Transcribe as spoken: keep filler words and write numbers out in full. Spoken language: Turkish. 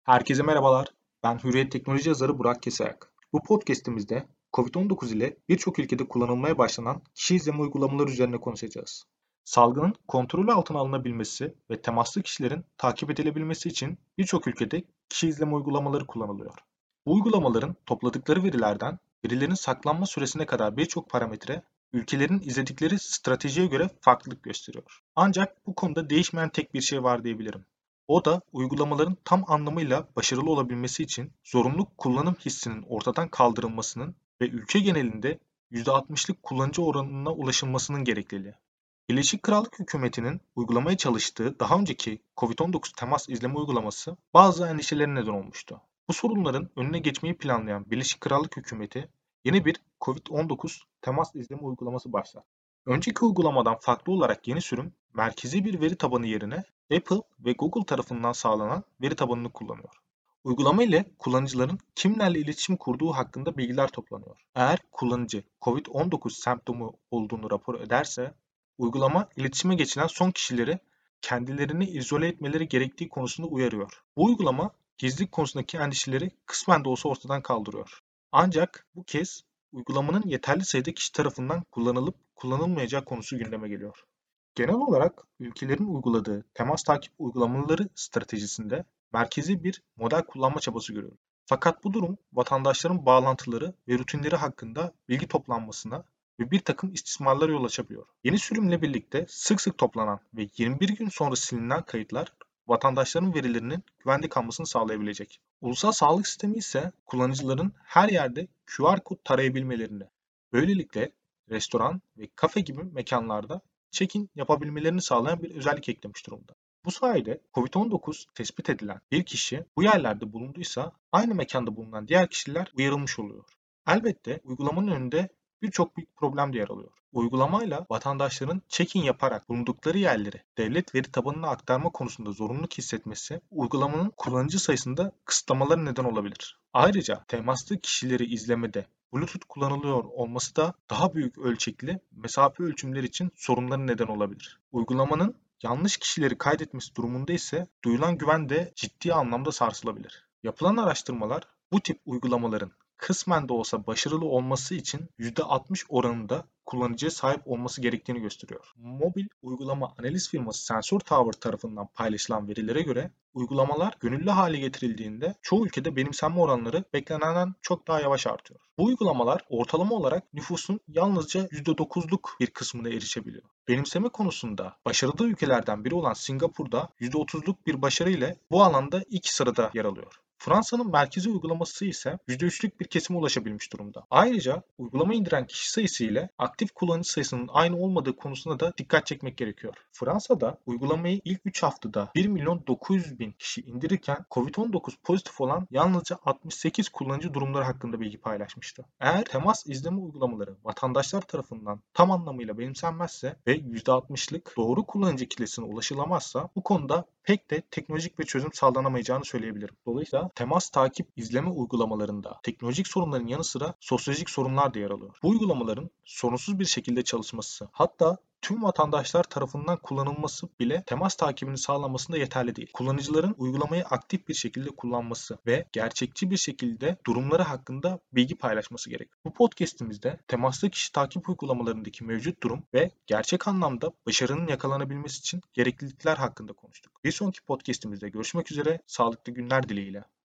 Herkese merhabalar. Ben Hürriyet Teknoloji yazarı Burak Kesayak. Bu podcast'imizde covid on dokuz ile birçok ülkede kullanılmaya başlanan kişi izleme uygulamaları üzerine konuşacağız. Salgının kontrolü altına alınabilmesi ve temaslı kişilerin takip edilebilmesi için birçok ülkede kişi izleme uygulamaları kullanılıyor. Bu uygulamaların topladıkları verilerden verilerin saklanma süresine kadar birçok parametre ülkelerin izledikleri stratejiye göre farklılık gösteriyor. Ancak bu konuda değişmeyen tek bir şey var diyebilirim. O da uygulamaların tam anlamıyla başarılı olabilmesi için zorunlu kullanım hissinin ortadan kaldırılmasının ve ülke genelinde yüzde altmışlık kullanıcı oranına ulaşılmasının gerekliliği. Birleşik Krallık hükümetinin uygulamaya çalıştığı daha önceki covid on dokuz temas izleme uygulaması bazı endişelere neden olmuştu. Bu sorunların önüne geçmeyi planlayan Birleşik Krallık hükümeti yeni bir covid on dokuz temas izleme uygulaması başlattı. Önceki uygulamadan farklı olarak yeni sürüm merkezi bir veri tabanı yerine Apple ve Google tarafından sağlanan veri tabanını kullanıyor. Uygulama ile kullanıcıların kimlerle iletişim kurduğu hakkında bilgiler toplanıyor. Eğer kullanıcı covid on dokuz semptomu olduğunu rapor ederse, uygulama iletişime geçilen son kişileri kendilerini izole etmeleri gerektiği konusunda uyarıyor. Bu uygulama gizlilik konusundaki endişeleri kısmen de olsa ortadan kaldırıyor. Ancak bu kez uygulamanın yeterli sayıda kişi tarafından kullanılıp kullanılmayacağı konusu gündeme geliyor. Genel olarak ülkelerin uyguladığı temas takip uygulamaları stratejisinde merkezi bir model kullanma çabası görüyoruz. Fakat bu durum vatandaşların bağlantıları ve rutinleri hakkında bilgi toplanmasına ve bir takım istismarlara yol açabiliyor. Yeni sürümle birlikte sık sık toplanan ve yirmi bir gün sonra silinen kayıtlar vatandaşların verilerinin güvende kalmasını sağlayabilecek. Ulusal sağlık sistemi ise kullanıcıların her yerde Q R kod tarayabilmelerini, böylelikle restoran ve kafe gibi mekanlarda check-in yapabilmelerini sağlayan bir özellik eklemiş durumda. Bu sayede covid on dokuz tespit edilen bir kişi bu yerlerde bulunduysa aynı mekanda bulunan diğer kişiler uyarılmış oluyor. Elbette uygulamanın önünde birçok büyük problem de yer alıyor. Uygulamayla vatandaşların check-in yaparak bulundukları yerleri devlet veri tabanına aktarma konusunda zorunluluk hissetmesi uygulamanın kullanıcı sayısında kısıtlamalara neden olabilir. Ayrıca temaslı kişileri izlemede Bluetooth kullanılıyor olması da daha büyük ölçekli mesafe ölçümleri için sorunlara neden olabilir. Uygulamanın yanlış kişileri kaydetmesi durumunda ise duyulan güven de ciddi anlamda sarsılabilir. Yapılan araştırmalar bu tip uygulamaların kısmen de olsa başarılı olması için yüzde altmış oranında kullanıcıya sahip olması gerektiğini gösteriyor. Mobil uygulama analiz firması Sensor Tower tarafından paylaşılan verilere göre uygulamalar gönüllü hale getirildiğinde çoğu ülkede benimsenme oranları beklenenden çok daha yavaş artıyor. Bu uygulamalar ortalama olarak nüfusun yalnızca yüzde dokuzluk bir kısmına erişebiliyor. Benimseme konusunda başarılı ülkelerden biri olan Singapur'da yüzde otuzluk bir başarı ile bu alanda ilk sırada yer alıyor. Fransa'nın merkezi uygulaması ise yüzde üçlük bir kesime ulaşabilmiş durumda. Ayrıca uygulama indiren kişi sayısı ile aktif kullanıcı sayısının aynı olmadığı konusuna da dikkat çekmek gerekiyor. Fransa'da uygulamayı ilk üç haftada bir milyon dokuz yüz bin kişi indirirken covid on dokuz pozitif olan yalnızca altmış sekiz kullanıcı durumları hakkında bilgi paylaşmıştı. Eğer temas izleme uygulamaları vatandaşlar tarafından tam anlamıyla benimsenmezse ve yüzde altmışlık doğru kullanıcı kitlesine ulaşılamazsa bu konuda pek de teknolojik bir çözüm sağlanamayacağını söyleyebilirim. Dolayısıyla temas takip izleme uygulamalarında teknolojik sorunların yanı sıra sosyolojik sorunlar da yer alıyor. Bu uygulamaların sorunsuz bir şekilde çalışması, hatta tüm vatandaşlar tarafından kullanılması bile temas takibini sağlamasında yeterli değil. Kullanıcıların uygulamayı aktif bir şekilde kullanması ve gerçekçi bir şekilde durumları hakkında bilgi paylaşması gerek. Bu podcast'imizde temaslı kişi takip uygulamalarındaki mevcut durum ve gerçek anlamda başarının yakalanabilmesi için gereklilikler hakkında konuştuk. Bir sonraki podcast'imizde görüşmek üzere, sağlıklı günler dileğiyle.